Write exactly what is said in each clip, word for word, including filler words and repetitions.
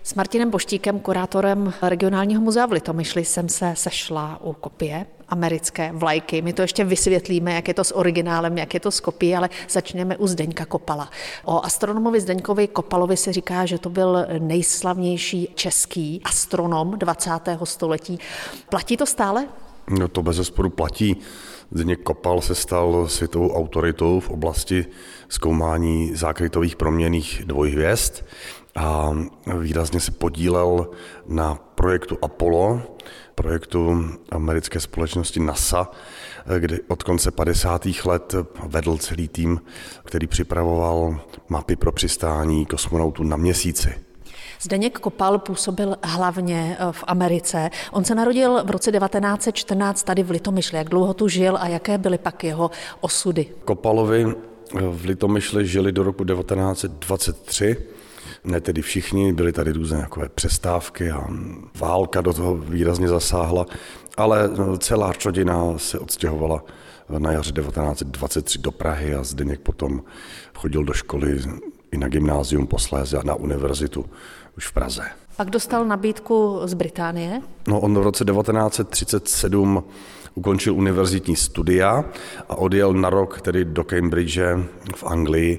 S Martinem Boštíkem, kurátorem regionálního muzea v Litomyšli, jsem se sešla u kopie americké vlajky. My to ještě vysvětlíme, jak je to s originálem, jak je to s kopií, ale začneme u Zdeňka Kopala. O astronomovi Zdeňkovi Kopalovi se říká, že to byl nejslavnější český astronom dvacátého století. Platí to stále? No to bezesporu platí. Zdeněk Kopal se stal světovou autoritou v oblasti zkoumání zákrytových proměnných dvojhvězd a výrazně se podílel na projektu Apollo, projektu americké společnosti NASA, kde od konce padesátých let vedl celý tým, který připravoval mapy pro přistání kosmonautů na Měsíci. Zdeněk Kopal působil hlavně v Americe. On se narodil v roce devatenáct set čtrnáct tady v Litomyšli. Jak dlouho tu žil a jaké byly pak jeho osudy? Kopalovi v Litomyšli žili do roku devatenáct set dvacet tři. Ne tedy všichni, byly tady různé takové přestávky a válka do toho výrazně zasáhla, ale celá rodina se odstěhovala na jaře devatenáct set dvacet tři do Prahy a Zdeněk potom chodil do školy i na gymnázium posléze a na univerzitu už v Praze. Pak dostal nabídku z Británie? No, on v roce devatenáct set třicet sedm ukončil univerzitní studia a odjel na rok tedy do Cambridge v Anglii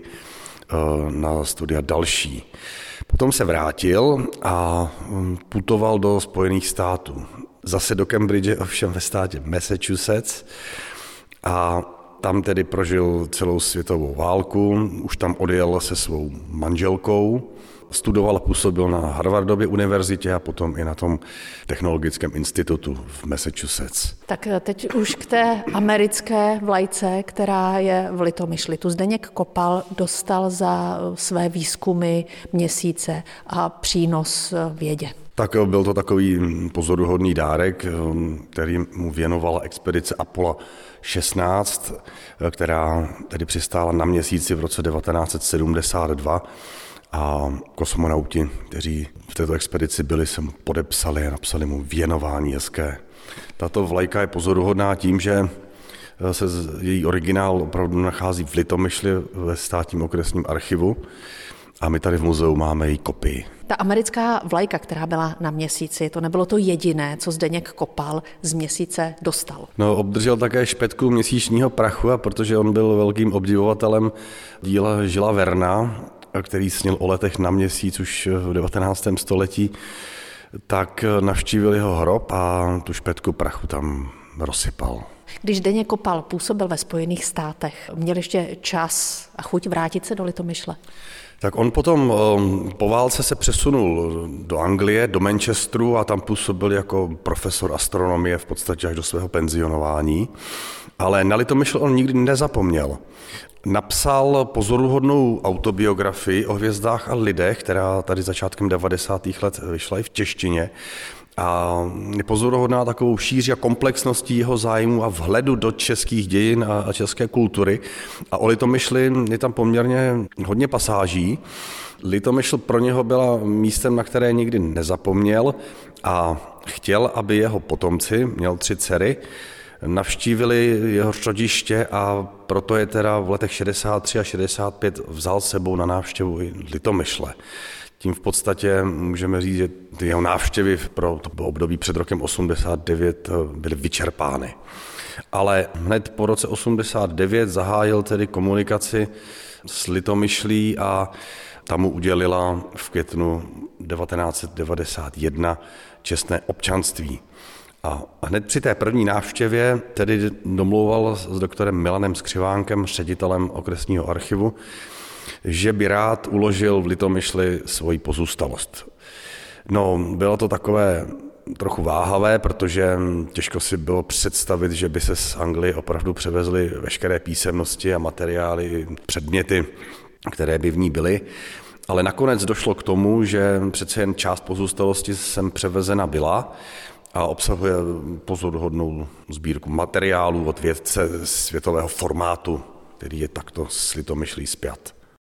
na studia další. Potom se vrátil a putoval do Spojených států. Zase do Cambridge, ovšem ve státě Massachusetts, a tam tedy prožil celou světovou válku, už tam odjel se svou manželkou, studoval a působil na Harvardově univerzitě a potom i na tom technologickém institutu v Massachusetts. Tak teď už k té americké vlajce, která je v Litomyšli. Tu Zdeněk Kopal dostal za své výzkumy Měsíce a přínos vědě. Tak byl to takový pozoruhodný dárek, který mu věnovala expedice Apollo šestnáct, která tedy přistála na Měsíci v roce devatenáct set sedmdesát dva. A kosmonauti, kteří v této expedici byli, se mu podepsali a napsali mu věnování hezké. Tato vlajka je pozoruhodná tím, že se její originál opravdu nachází v Litomyšli ve státním okresním archivu a my tady v muzeu máme její kopii. Ta americká vlajka, která byla na Měsíci, to nebylo to jediné, co Zdeněk Kopal z Měsíce dostal. No, obdržel také špetku měsíčního prachu, a protože on byl velkým obdivovatelem díla Jules Verna, který snil o letech na Měsíc už v devatenáctém století, tak navštívil jeho hrob a tu špetku prachu tam rozsypal. Když Zdeněk Kopal působil ve Spojených státech, měl ještě čas a chuť vrátit se do Litomyšle? Tak on potom po válce se přesunul do Anglie, do Manchesteru a tam působil jako profesor astronomie v podstatě až do svého penzionování. Ale na Litomyšl on nikdy nezapomněl. Napsal pozoruhodnou autobiografii o hvězdách a lidech, která tady začátkem devadesátých let vyšla i v češtině. A je pozoruhodná takovou šíří a komplexností jeho zájmu a vhledu do českých dějin a české kultury. A o Litomyšli je tam poměrně hodně pasáží. Litomyšl pro něho byla místem, na které nikdy nezapomněl a chtěl, aby jeho potomci, měl tři dcery, navštívili jeho rodiště a proto je teda v letech šedesát tři a šedesát pět vzal s sebou na návštěvu i Litomyšle. Tím v podstatě můžeme říct, že ty jeho návštěvy pro to období před rokem osmdesát devět byly vyčerpány. Ale hned po roce osmdesát devět zahájil tedy komunikaci s Litomyšlí a tam mu udělila v květnu devatenáct set devadesát jedna čestné občanství. A hned při té první návštěvě tedy domlouval s doktorem Milanem Skřivánkem, ředitelem okresního archivu, že by rád uložil v Litomyšli svoji pozůstalost. No, bylo to takové trochu váhavé, protože těžko si bylo představit, že by se z Anglie opravdu převezly veškeré písemnosti a materiály, předměty, které by v ní byly. Ale nakonec došlo k tomu, že přece jen část pozůstalosti sem převezena byla a obsahuje pozoruhodnou sbírku materiálů od vědce světového formátu, který je takto s Litomyšlí spjat.